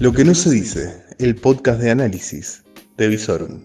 Lo que no se dice, el podcast de análisis de Visorum.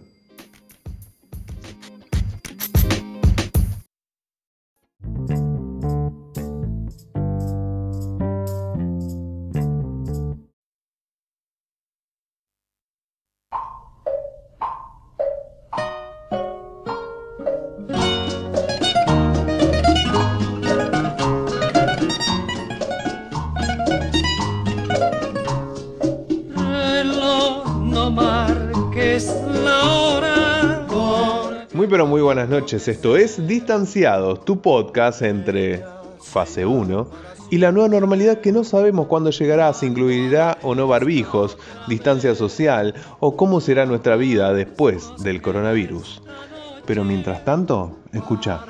Muy buenas noches, esto es Distanciados, tu podcast entre fase 1 y la nueva normalidad que no sabemos cuándo llegará, si incluirá o no barbijos, distancia social o cómo será nuestra vida después del coronavirus. Pero mientras tanto, escucha,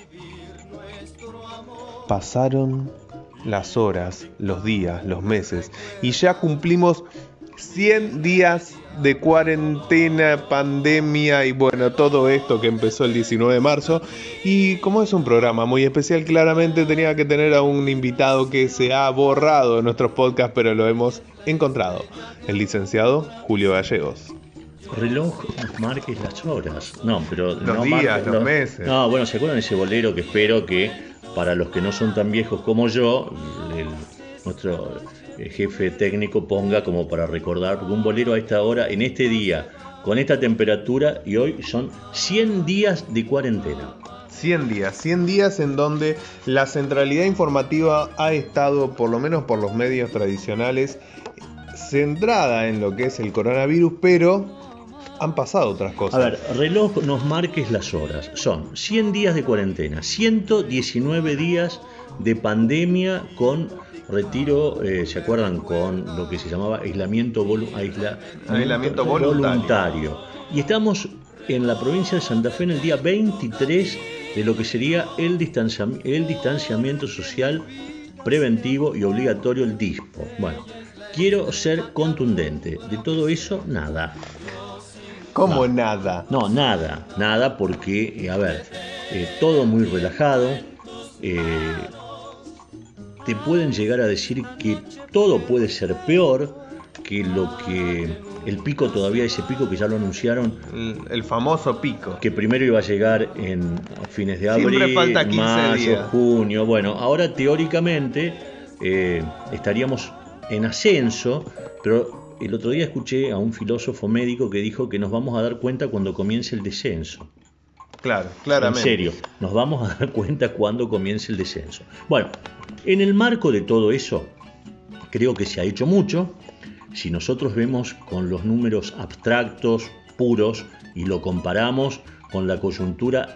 pasaron las horas, los días, los meses y ya cumplimos 100 días de cuarentena, pandemia y bueno, todo esto que empezó el 19 de marzo. Y como es un programa muy especial, claramente tenía que tener a un invitado que se ha borrado de nuestros podcasts, pero lo hemos encontrado, el licenciado Julio Gallegos. Reloj nos marques las horas. No, pero los no días, los meses. No, bueno, ¿se acuerdan de ese bolero que espero que para los que no son tan viejos como yo, nuestro jefe técnico ponga como para recordar? Porque un bolero a esta hora, en este día, con esta temperatura, y hoy son 100 días de cuarentena. 100 días en donde la centralidad informativa ha estado, por lo menos por los medios tradicionales, centrada en lo que es el coronavirus, pero han pasado otras cosas. A ver, reloj nos marques las horas. Son 100 días de cuarentena, 119 días de pandemia con retiro, ¿se acuerdan? Con lo que se llamaba aislamiento voluntario. Y estamos en la provincia de Santa Fe en el día 23 de lo que sería el distanciamiento social preventivo y obligatorio, el DISPO. Bueno, quiero ser contundente. De todo eso, nada. ¿Cómo nada? No, nada, porque, todo muy relajado. Te pueden llegar a decir que todo puede ser peor, que lo que el pico todavía, ese pico que ya lo anunciaron, el famoso pico, que primero iba a llegar a fines de abril, siempre falta 15 mayo, días. Junio. Bueno, ahora teóricamente estaríamos en ascenso, pero el otro día escuché a un filósofo médico que dijo que nos vamos a dar cuenta cuando comience el descenso. Claro, claramente. En serio, nos vamos a dar cuenta cuando comience el descenso. Bueno, en el marco de todo eso, creo que se ha hecho mucho. Si nosotros vemos con los números abstractos, puros, y lo comparamos con la coyuntura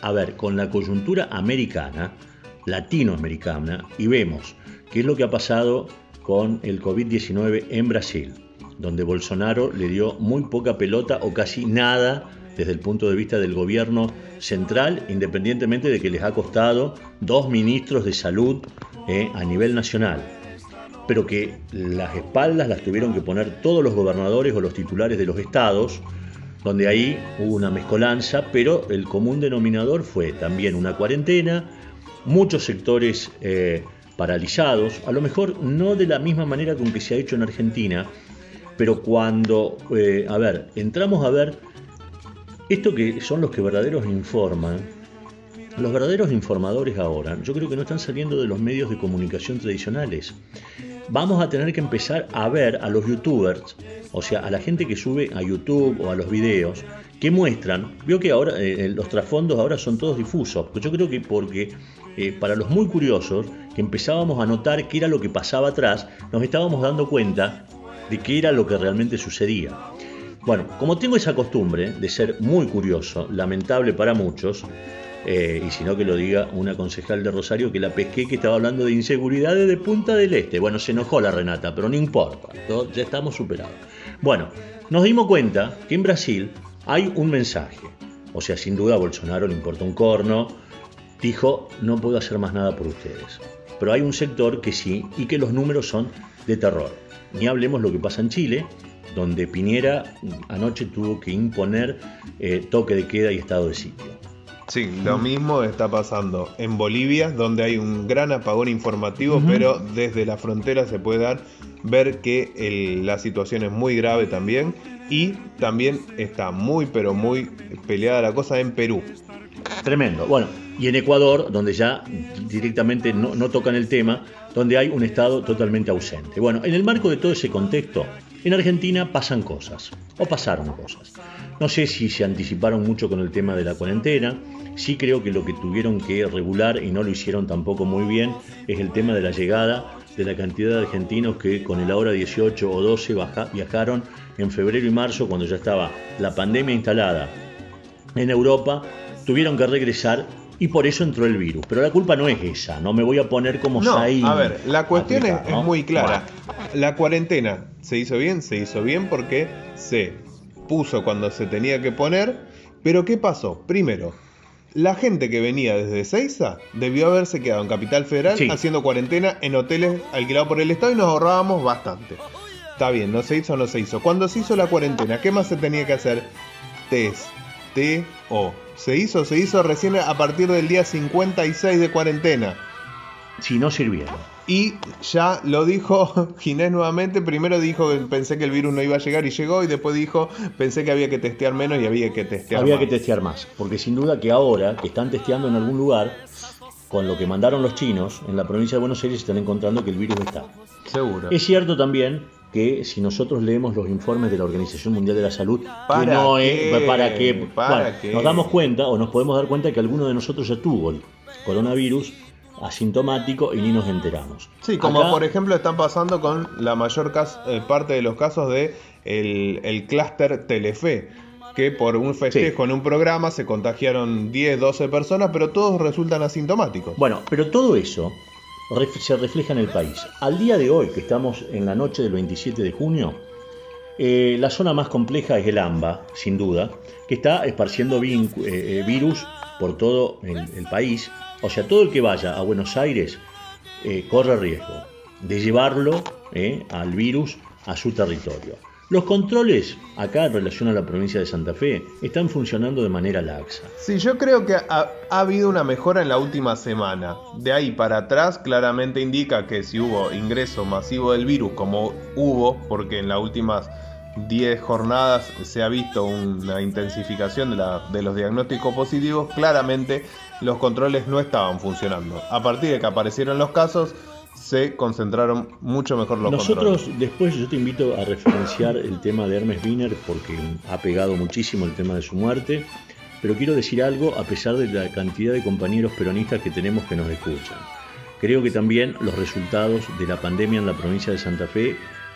americana, latinoamericana, y vemos qué es lo que ha pasado con el COVID-19 en Brasil, donde Bolsonaro le dio muy poca pelota o casi nada desde el punto de vista del gobierno central, independientemente de que les ha costado 2 ministros de salud a nivel nacional, pero que las espaldas las tuvieron que poner todos los gobernadores o los titulares de los estados, donde ahí hubo una mezcolanza, pero el común denominador fue también una cuarentena, muchos sectores paralizados, a lo mejor no de la misma manera con que se ha hecho en Argentina, pero cuando entramos a ver esto que son los que verdaderos informan, los verdaderos informadores ahora, yo creo que no están saliendo de los medios de comunicación tradicionales. Vamos a tener que empezar a ver a los youtubers, o sea, a la gente que sube a YouTube o a los videos, que muestran, veo que ahora los trasfondos ahora son todos difusos, yo creo que porque para los muy curiosos, que empezábamos a notar qué era lo que pasaba atrás, nos estábamos dando cuenta de qué era lo que realmente sucedía. Bueno, como tengo esa costumbre de ser muy curioso, lamentable para muchos, y si no que lo diga una concejal de Rosario que la pesqué, que estaba hablando de inseguridades de Punta del Este. Bueno, se enojó la Renata, pero no importa, ya estamos superados. Bueno, nos dimos cuenta que en Brasil hay un mensaje. O sea, sin duda a Bolsonaro le importa un corno, dijo, no puedo hacer más nada por ustedes. Pero hay un sector que sí, y que los números son de terror. Ni hablemos lo que pasa en Chile, donde Piñera anoche tuvo que imponer toque de queda y estado de sitio. Sí, lo mismo está pasando en Bolivia, donde hay un gran apagón informativo, pero desde la frontera se puede dar ver que la situación es muy grave también, y también está muy pero muy peleada la cosa en Perú. Tremendo. Bueno, y en Ecuador, donde ya directamente no tocan el tema, donde hay un Estado totalmente ausente. Bueno, en el marco de todo ese contexto, en Argentina pasan cosas, o pasaron cosas. No sé si se anticiparon mucho con el tema de la cuarentena. Sí creo que lo que tuvieron que regular, y no lo hicieron tampoco muy bien, es el tema de la llegada de la cantidad de argentinos que con el ahora 18 o 12 viajaron en febrero y marzo, cuando ya estaba la pandemia instalada en Europa, tuvieron que regresar y por eso entró el virus. Pero la culpa no es esa, no me voy a poner como Saín. A ver, la cuestión aplicar, ¿no? es muy clara. La cuarentena se hizo bien porque se puso cuando se tenía que poner, pero ¿qué pasó? Primero, la gente que venía desde Ezeiza debió haberse quedado en Capital Federal haciendo cuarentena en hoteles alquilados por el Estado y nos ahorrábamos bastante. Está bien, no se hizo. Cuando se hizo la cuarentena, ¿qué más se tenía que hacer? T-O. Se hizo recién a partir del día 56 de cuarentena. Si no sirvieron. Y ya lo dijo Ginés nuevamente. Primero dijo que pensé que el virus no iba a llegar y llegó. Y después dijo, pensé que había que testear menos y había que testear más. Había que testear más. Porque sin duda que ahora que están testeando en algún lugar, con lo que mandaron los chinos, en la provincia de Buenos Aires están encontrando que el virus está. Seguro. Es cierto también que si nosotros leemos los informes de la Organización Mundial de la Salud, ¿Para qué? Nos damos cuenta o nos podemos dar cuenta que alguno de nosotros ya tuvo el coronavirus asintomático y ni nos enteramos. Sí, como acá, por ejemplo están pasando con la mayor parte de los casos de el clúster Telefe, que por un festejo en un programa se contagiaron 10, 12 personas, pero todos resultan asintomáticos. Bueno, pero todo eso se refleja en el país. Al día de hoy, que estamos en la noche del 27 de junio, la zona más compleja es el AMBA, sin duda, que está esparciendo virus por todo el país. O sea, todo el que vaya a Buenos Aires corre riesgo de llevarlo al virus a su territorio. Los controles acá en relación a la provincia de Santa Fe están funcionando de manera laxa. Sí, yo creo que ha habido una mejora en la última semana. De ahí para atrás claramente indica que si hubo ingreso masivo del virus, como hubo, porque en las últimas 10 jornadas se ha visto una intensificación de los diagnósticos positivos, claramente los controles no estaban funcionando. A partir de que aparecieron los casos, se concentraron mucho mejor los controles. Nosotros, después yo te invito a referenciar el tema de Hermes Wiener, porque ha pegado muchísimo el tema de su muerte, pero quiero decir algo a pesar de la cantidad de compañeros peronistas que tenemos que nos escuchan. Creo que también los resultados de la pandemia en la provincia de Santa Fe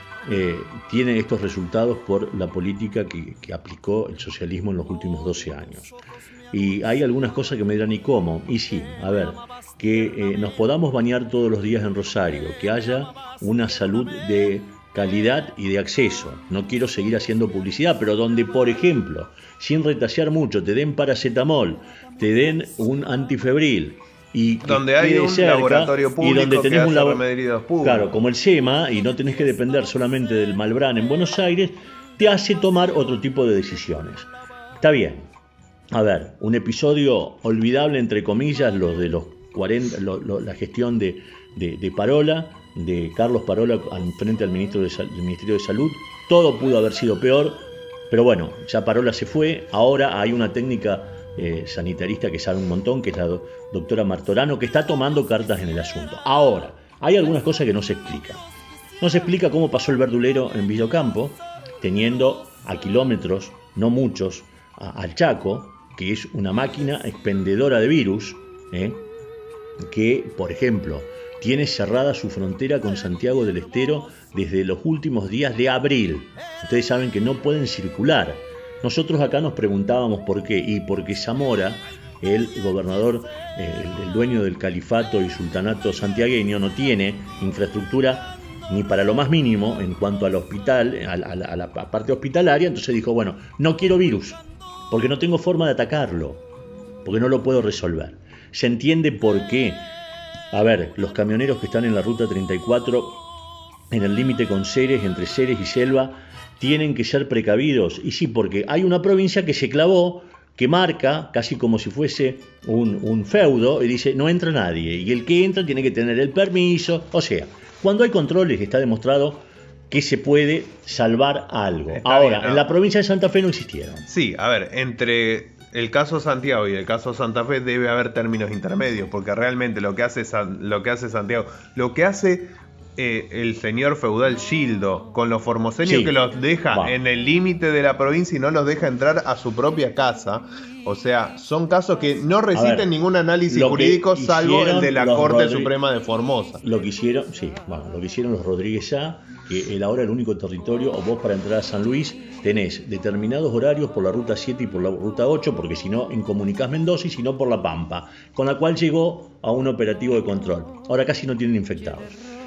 tiene estos resultados por la política que aplicó el socialismo en los últimos 12 años. Y hay algunas cosas que me dirán, ¿y cómo? Y sí, a ver, que nos podamos bañar todos los días en Rosario, que haya una salud de calidad y de acceso. No quiero seguir haciendo publicidad, pero donde, por ejemplo, sin retasear mucho, te den paracetamol, te den un antifebril, y donde hay un cerca, laboratorio público y donde tenés que hace remedios públicos. Claro, como el SEMA, y no tenés que depender solamente del Malbrán en Buenos Aires, te hace tomar otro tipo de decisiones. Está bien. A ver, un episodio olvidable, entre comillas, los de los 40, la gestión de Parola, de Carlos Parola frente al Ministerio de Salud. Todo pudo haber sido peor, pero bueno, ya Parola se fue. Ahora hay una técnica sanitarista que sabe un montón, que es la doctora Martorano, que está tomando cartas en el asunto. Ahora, hay algunas cosas que no se explican. No se explica cómo pasó el verdulero en Villa Ocampo, teniendo a kilómetros, no muchos, al Chaco, que es una máquina expendedora de virus, que, por ejemplo, tiene cerrada su frontera con Santiago del Estero desde los últimos días de abril. Ustedes saben que no pueden circular. Nosotros acá nos preguntábamos por qué, y porque Zamora, el gobernador, el dueño del califato y sultanato santiagueño, no tiene infraestructura ni para lo más mínimo en cuanto al hospital, a la parte hospitalaria. Entonces dijo, bueno, no quiero virus, porque no tengo forma de atacarlo, porque no lo puedo resolver. Se entiende por qué. A ver, los camioneros que están en la ruta 34, en el límite con Ceres, entre Ceres y Selva, tienen que ser precavidos. Y sí, porque hay una provincia que se clavó, que marca casi como si fuese un feudo, y dice, no entra nadie, y el que entra tiene que tener el permiso. O sea, cuando hay controles, está demostrado que se puede salvar algo. Está Ahora, bien, ¿no? en la provincia de Santa Fe no existieron. Sí, a ver, entre el caso Santiago y el caso Santa Fe debe haber términos intermedios, porque realmente lo que hace Santiago, lo que hace el señor feudal Gildo con los formoseños, Sí, que los deja en el límite de la provincia y no los deja entrar a su propia casa. O sea, son casos que no resisten ningún análisis lo que jurídico salvo el de la hicieron los Corte Suprema de Formosa. Lo que hicieron, lo que hicieron los Rodríguez Sá, que ahora el único territorio, o vos para entrar a San Luis tenés determinados horarios por la ruta 7 y por la ruta 8, porque si no incomunicás Mendoza y si no por la Pampa, con la cual llegó a un operativo de control. Ahora casi no tienen infectados.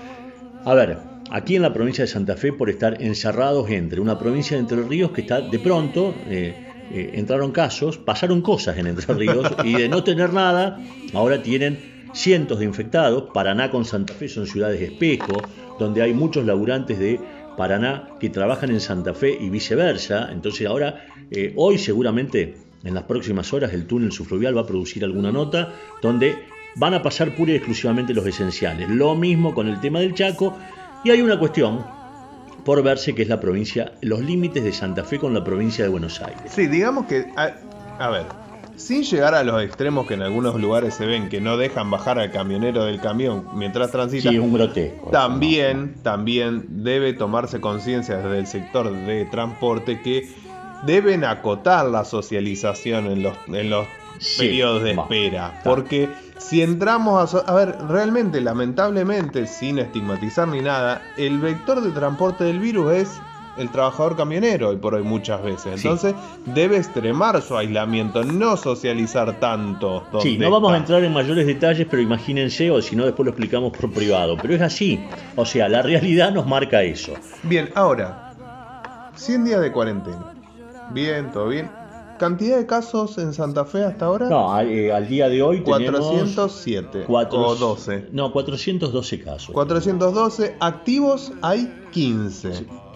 A ver, aquí en la provincia de Santa Fe, por estar encerrados entre una provincia de Entre Ríos que está de pronto, entraron casos, pasaron cosas en Entre Ríos y de no tener nada, ahora tienen cientos de infectados. Paraná con Santa Fe son ciudades espejo, donde hay muchos laburantes de Paraná que trabajan en Santa Fe y viceversa. Entonces ahora, hoy seguramente, en las próximas horas, el túnel subfluvial va a producir alguna nota donde van a pasar pura y exclusivamente los esenciales. Lo mismo con el tema del Chaco, y hay una cuestión por verse, que es la provincia, los límites de Santa Fe con la provincia de Buenos Aires. Sí, digamos que, a ver, sin llegar a los extremos que en algunos lugares se ven, que no dejan bajar al camionero del camión mientras transita. Sí, un grotesco. También debe tomarse conciencia desde el sector de transporte que deben acotar la socialización en los periodos de espera. Porque si entramos a ver, realmente, lamentablemente, sin estigmatizar ni nada, el vector de transporte del virus es el trabajador camionero, hoy por hoy muchas veces. Entonces debe extremar su aislamiento, no socializar tanto. Sí, no vamos a entrar en mayores detalles, pero imagínense, o si no después lo explicamos por privado, pero es así. O sea, la realidad nos marca eso. Bien, ahora, 100 días de cuarentena. Bien, todo bien. ¿Cantidad de casos en Santa Fe hasta ahora? No, al día de hoy 407 o 12. No, 412 casos. 412, activos hay 15.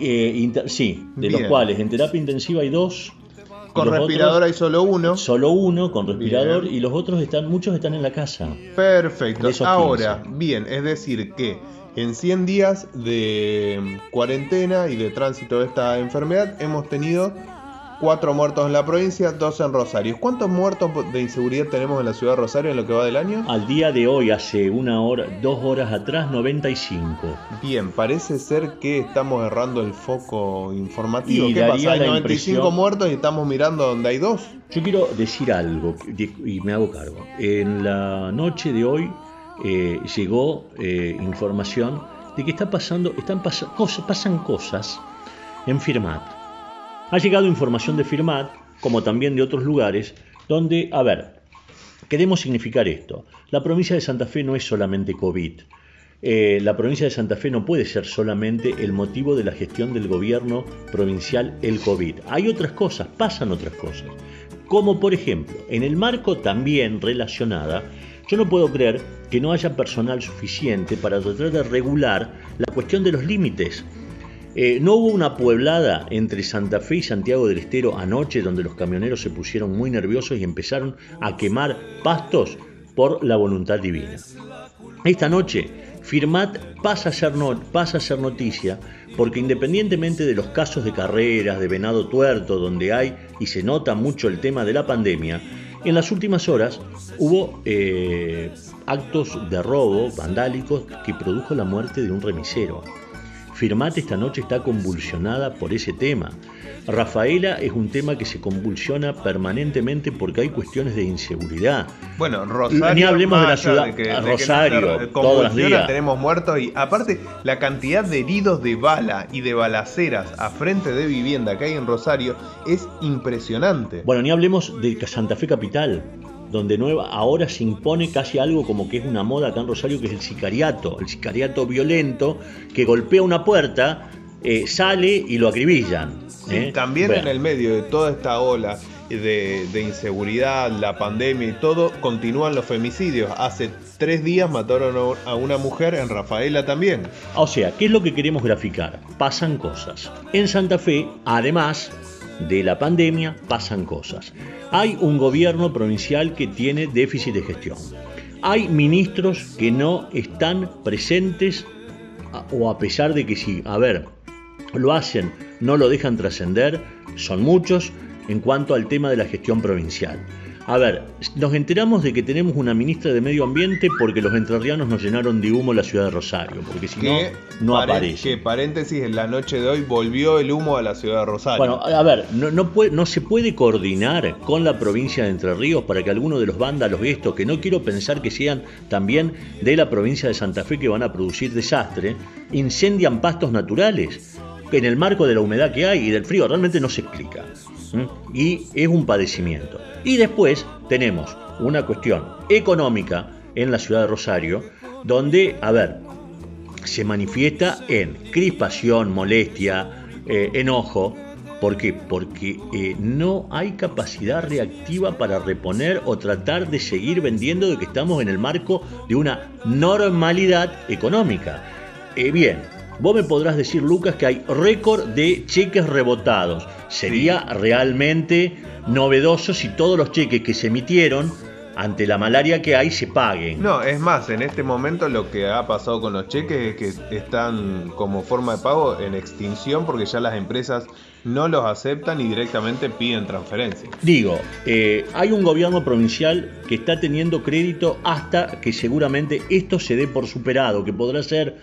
Sí, de los cuales en terapia intensiva hay 2. Con respirador hay solo uno. Solo uno con respirador. Bien. Y los otros muchos están en la casa. Perfecto. Ahora, bien, es decir que en 100 días de cuarentena y de tránsito de esta enfermedad hemos tenido 4 muertos en la provincia, 2 en Rosario. ¿Cuántos muertos de inseguridad tenemos en la ciudad de Rosario en lo que va del año? Al día de hoy, hace 2 horas atrás, 95. Bien, parece ser que estamos errando el foco informativo. Y ¿qué pasa? Hay 95 muertos y estamos mirando donde hay 2. Yo quiero decir algo y me hago cargo. En la noche de hoy llegó información de que pasan cosas en Firmat. Ha llegado información de Firmat, como también de otros lugares, donde, a ver, queremos significar esto. La provincia de Santa Fe no es solamente COVID. La provincia de Santa Fe no puede ser solamente el motivo de la gestión del gobierno provincial el COVID. Hay otras cosas, pasan otras cosas. Como por ejemplo, en el marco también relacionada, yo no puedo creer que no haya personal suficiente para tratar de regular la cuestión de los límites. No hubo una pueblada entre Santa Fe y Santiago del Estero anoche donde los camioneros se pusieron muy nerviosos y empezaron a quemar pastos por la voluntad divina. Esta noche Firmat pasa a ser noticia porque independientemente de los casos de carreras, de Venado Tuerto, donde hay y se nota mucho el tema de la pandemia, en las últimas horas hubo actos de robo vandálicos que produjo la muerte de un remisero. Firmat esta noche está convulsionada por ese tema. Rafaela es un tema que se convulsiona permanentemente porque hay cuestiones de inseguridad. Bueno, Rosario, ni hablemos de la ciudad, Rosario, todos los días. Tenemos muertos y aparte la cantidad de heridos de bala y de balaceras a frente de vivienda que hay en Rosario es impresionante. Bueno, ni hablemos de Santa Fe Capital, donde ahora se impone casi algo como que es una moda acá en Rosario, que es el sicariato violento, que golpea una puerta, sale y lo acribillan. Sí, también en el medio de toda esta ola de inseguridad, la pandemia y todo, continúan los femicidios. Hace 3 días mataron a una mujer en Rafaela también. O sea, ¿qué es lo que queremos graficar? Pasan cosas. En Santa Fe, además de la pandemia, pasan cosas. Hay un gobierno provincial que tiene déficit de gestión. Hay ministros que no están presentes, o a pesar de que sí. A ver, lo hacen, no lo dejan trascender, son muchos en cuanto al tema de la gestión provincial. A ver, nos enteramos de que tenemos una ministra de Medio Ambiente porque los entrerrianos nos llenaron de humo la ciudad de Rosario, porque si no, no aparece. Que paréntesis, en la noche de hoy volvió el humo a la ciudad de Rosario. Bueno, a ver, no se puede coordinar con la provincia de Entre Ríos para que alguno de los vándalos estos, que no quiero pensar que sean también de la provincia de Santa Fe que van a producir desastre, incendian pastos naturales en el marco de la humedad que hay y del frío. Realmente no se explica. Y es un padecimiento. Y después tenemos una cuestión económica en la ciudad de Rosario, donde, a ver, se manifiesta en crispación, molestia, enojo. ¿Por qué? Porque no hay capacidad reactiva para reponer o tratar de seguir vendiendo de que estamos en el marco de una normalidad económica. Bien, vos me podrás decir, Lucas, que hay récord de cheques rebotados. Sería realmente novedoso si todos los cheques que se emitieron ante la malaria que hay se paguen. No, es más, en este momento lo que ha pasado con los cheques es que están como forma de pago en extinción porque ya las empresas no los aceptan y directamente piden transferencia. Digo, hay un gobierno provincial que está teniendo crédito hasta que seguramente esto se dé por superado, que podrá ser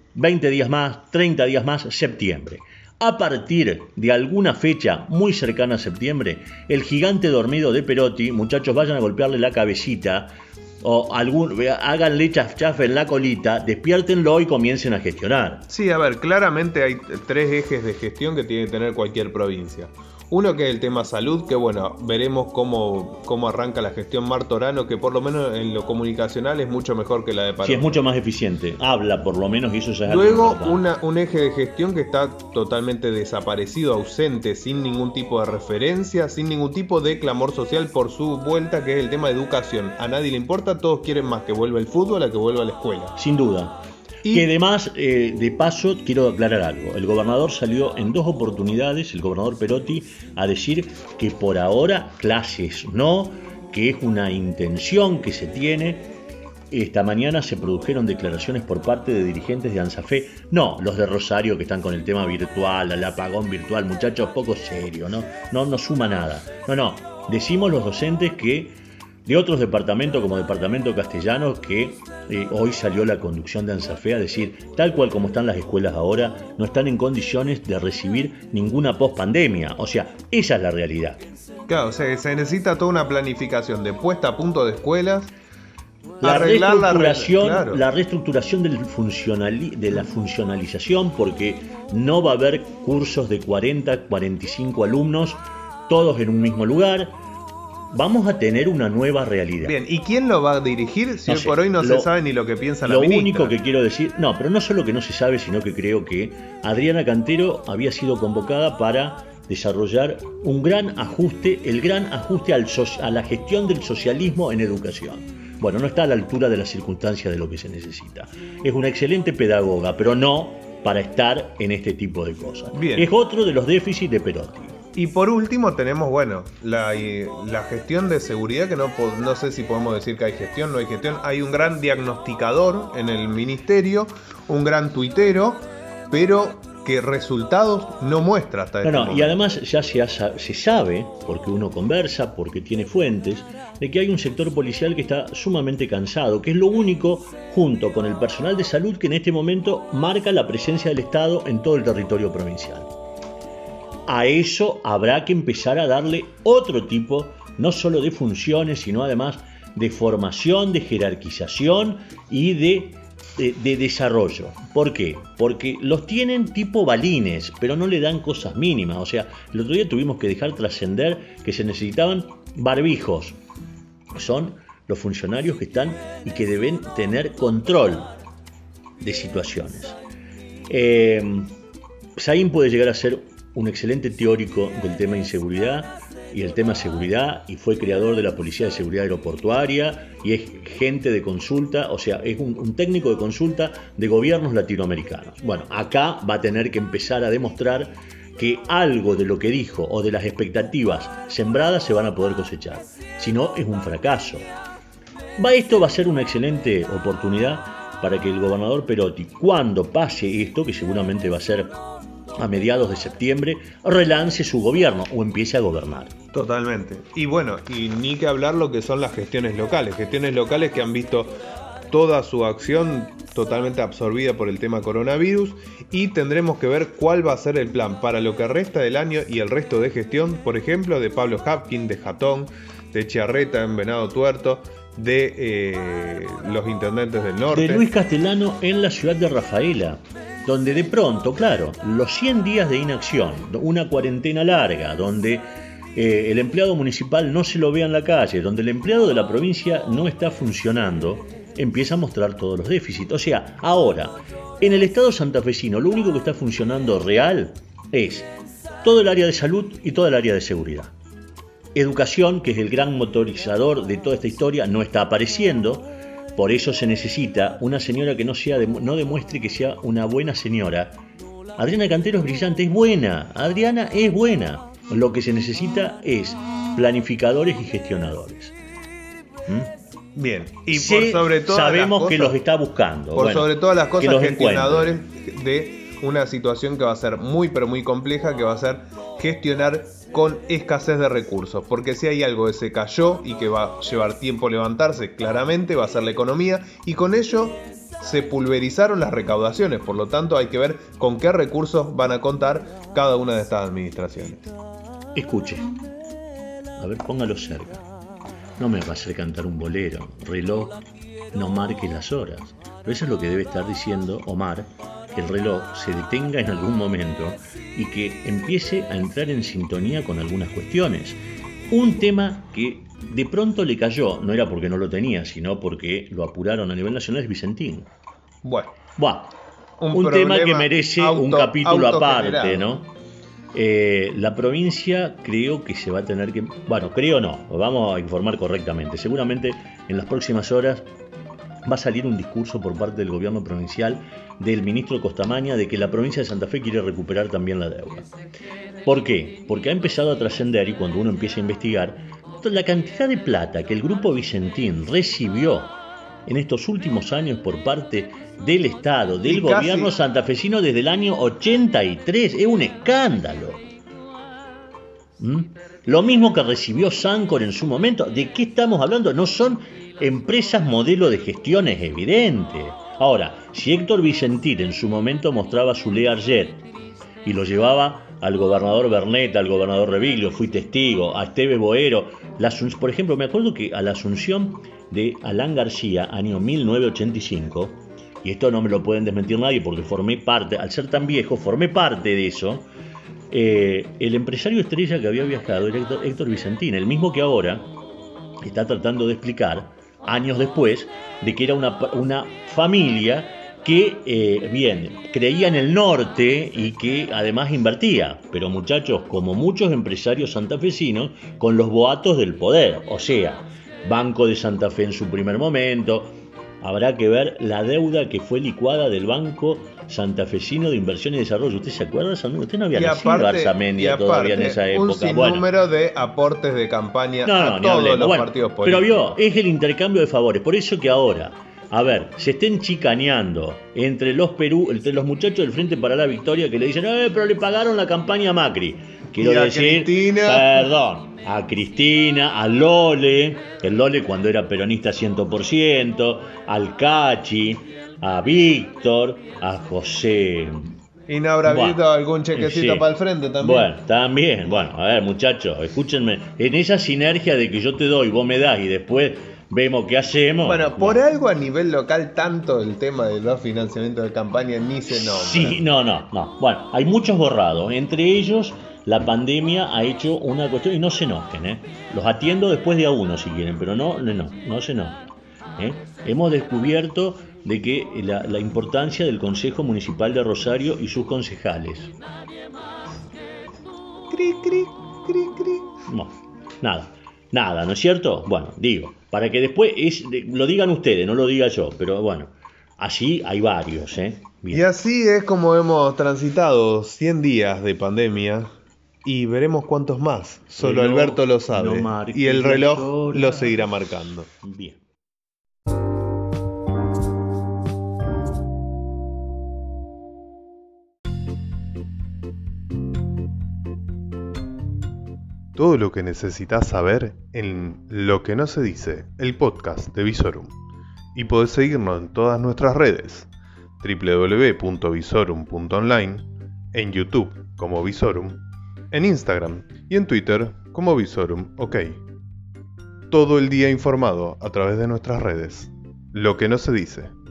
20 días más, 30 días más, septiembre. A partir de alguna fecha muy cercana a septiembre, el gigante dormido de Perotti, muchachos, vayan a golpearle la cabecita o háganle chaf en la colita, despiértenlo y comiencen a gestionar. Sí, a ver, claramente hay 3 ejes de gestión que tiene que tener cualquier provincia. Uno que es el tema salud, que bueno, veremos cómo arranca la gestión Martorano, que por lo menos en lo comunicacional es mucho mejor que la de Parón. Sí, es mucho más eficiente, habla por lo menos y eso ya es Luego algo importante. un eje de gestión que está totalmente desaparecido, ausente, sin ningún tipo de referencia, sin ningún tipo de clamor social por su vuelta, que es el tema de educación. A nadie le importa, todos quieren más que vuelva el fútbol a que vuelva la escuela. Sin duda. Que además, de paso, quiero aclarar algo. El gobernador salió en 2 oportunidades, el gobernador Perotti, a decir que por ahora clases no, que es una intención que se tiene. Esta mañana se produjeron declaraciones por parte de dirigentes de ANSAFE. No, los de Rosario que están con el tema virtual, el apagón virtual, muchachos, poco serio, no suma nada. No, decimos los docentes que de otros departamentos como Departamento Castellano, que hoy salió la conducción de ANSAFE a decir, tal cual como están las escuelas ahora, no están en condiciones de recibir ninguna pospandemia. O sea, esa es la realidad. Claro, o sea, se necesita toda una planificación de puesta a punto de escuelas, la reestructuración de la funcionalización, porque no va a haber cursos de 40, 45 alumnos, todos en un mismo lugar. Vamos a tener una nueva realidad. Bien, ¿y quién lo va a dirigir? Si hoy por hoy no se sabe ni lo que piensa la ministra. Lo único que quiero decir, pero no solo que no se sabe, sino que creo que Adriana Cantero había sido convocada para desarrollar un gran ajuste, el gran ajuste a la gestión del socialismo en educación. Bueno, no está a la altura de las circunstancias de lo que se necesita. Es una excelente pedagoga, pero no para estar en este tipo de cosas. Bien. Es otro de los déficits de Perotti. Y por último tenemos, la gestión de seguridad, que no sé si podemos decir que hay gestión, no hay gestión. Hay un gran diagnosticador en el ministerio, un gran tuitero, pero que resultados no muestra hasta este momento. Y además ya se sabe, porque uno conversa, porque tiene fuentes, de que hay un sector policial que está sumamente cansado, que es lo único, junto con el personal de salud, que en este momento marca la presencia del Estado en todo el territorio provincial. A eso habrá que empezar a darle otro tipo, no solo de funciones, sino además de formación, de jerarquización y de desarrollo. ¿Por qué? Porque los tienen tipo balines, pero no le dan cosas mínimas. O sea, el otro día tuvimos que dejar trascender que se necesitaban barbijos. Son los funcionarios que están y que deben tener control de situaciones. Saín puede llegar a ser un excelente teórico del tema inseguridad y el tema seguridad, y fue creador de la Policía de Seguridad Aeroportuaria y es gente de consulta, o sea, es un técnico de consulta de gobiernos latinoamericanos. Bueno, acá va a tener que empezar a demostrar que algo de lo que dijo o de las expectativas sembradas se van a poder cosechar. Si no, es un fracaso. Esto va a ser una excelente oportunidad para que el gobernador Perotti, cuando pase esto, que seguramente va a ser a mediados de septiembre, relance su gobierno o empiece a gobernar. Totalmente. Y bueno, y ni que hablar lo que son las gestiones locales que han visto toda su acción totalmente absorbida por el tema coronavirus, y tendremos que ver cuál va a ser el plan para lo que resta del año y el resto de gestión, por ejemplo, de Pablo Hapkin, de Jatón, de Chiarreta en Venado Tuerto, de los intendentes del norte. De Luis Castellano en la ciudad de Rafaela, donde de pronto, claro, los 100 días de inacción, una cuarentena larga, donde el empleado municipal no se lo vea en la calle, donde el empleado de la provincia no está funcionando, empieza a mostrar todos los déficits. O sea, ahora, en el estado santafesino, lo único que está funcionando real es todo el área de salud y todo el área de seguridad. Educación, que es el gran motorizador de toda esta historia, no está apareciendo. Por eso se necesita una señora que no demuestre que sea una buena señora. Adriana Cantero es brillante, es buena. Adriana es buena. Lo que se necesita es planificadores y gestionadores. Bien, y por sobre todas sabemos las cosas, que los está buscando. Por sobre todas las cosas, gestionadores encuentren. de una situación que va a ser muy pero muy compleja, que va a ser gestionar con escasez de recursos, porque si hay algo que se cayó y que va a llevar tiempo levantarse, claramente va a ser la economía, y con ello se pulverizaron las recaudaciones. Por lo tanto, hay que ver con qué recursos van a contar cada una de estas administraciones. Escuche, a ver, póngalo cerca. No me va a hacer cantar un bolero, reloj, no marque las horas. Pero eso es lo que debe estar diciendo Omar, que el reloj se detenga en algún momento y que empiece a entrar en sintonía con algunas cuestiones. Un tema que de pronto le cayó, no era porque no lo tenía, sino porque lo apuraron a nivel nacional, es Vicentín. Bueno, un tema que merece un capítulo aparte, ¿no? La provincia creo que se va a tener que... Bueno, creo no, vamos a informar correctamente. Seguramente en las próximas horas va a salir un discurso por parte del gobierno provincial, del ministro Costamaña, de que la provincia de Santa Fe quiere recuperar también la deuda. ¿Por qué? Porque ha empezado a trascender, y cuando uno empieza a investigar, la cantidad de plata que el Grupo Vicentín recibió en estos últimos años por parte del Estado, del gobierno santafesino desde el año 83, es un escándalo. Lo mismo que recibió Sancor en su momento. ¿De qué estamos hablando? No son empresas modelo de gestión, es evidente. Ahora, si Héctor Vicentín en su momento mostraba su Learjet y lo llevaba al gobernador Bernet, al gobernador Reviglio, fui testigo, a Esteve Boero, por ejemplo, me acuerdo que a la asunción de Alán García, año 1985, y esto no me lo pueden desmentir nadie porque formé parte, al ser tan viejo, formé parte de eso. El empresario estrella que había viajado era Héctor Vicentín, el mismo que ahora está tratando de explicar, años después, de que era una familia que, creía en el norte y que además invertía, pero muchachos, como muchos empresarios santafesinos, con los boatos del poder, o sea, Banco de Santa Fe en su primer momento. Habrá que ver la deuda que fue licuada del Banco Santafesino de Inversión y Desarrollo. ¿Usted se acuerda? Usted no había nacido Arzamendia todavía en esa época. Un sinnúmero de aportes de campaña a todos los partidos políticos. Pero es el intercambio de favores. Por eso que ahora, se estén chicaneando entre los muchachos del Frente para la Victoria que le dicen, pero le pagaron la campaña a Macri. Quiero decir, a Cristina, a Lole, el Lole cuando era peronista 100%, al Cachi, a Víctor, a José. ¿Y no habrá habido algún chequecito para el frente también? Bueno, también. Bueno, a ver, muchachos, escúchenme. En esa sinergia de que yo te doy, vos me das y después vemos qué hacemos. Bueno, por algo a nivel local, tanto el tema de los financiamientos de campaña ni se nombra. Sí, no. Bueno, hay muchos borrados. Entre ellos, la pandemia ha hecho una cuestión, y no se enojen, los atiendo después de a uno si quieren, pero no se enojen. Hemos descubierto de que la importancia del Consejo Municipal de Rosario y sus concejales. No, nada, ¿no es cierto? Bueno, digo, para que después lo digan ustedes, no lo diga yo, pero bueno, así hay varios, Bien. Y así es como hemos transitado 100 días de pandemia. Y veremos cuántos más. Solo Alberto lo sabe. Y el reloj lo seguirá marcando. Bien. Todo lo que necesitas saber en Lo que no se dice, el podcast de Visorum. Y podés seguirnos en todas nuestras redes, www.visorum.online, en YouTube como Visorum, en Instagram y en Twitter como Visorum OK. Todo el día informado a través de nuestras redes. Lo que no se dice.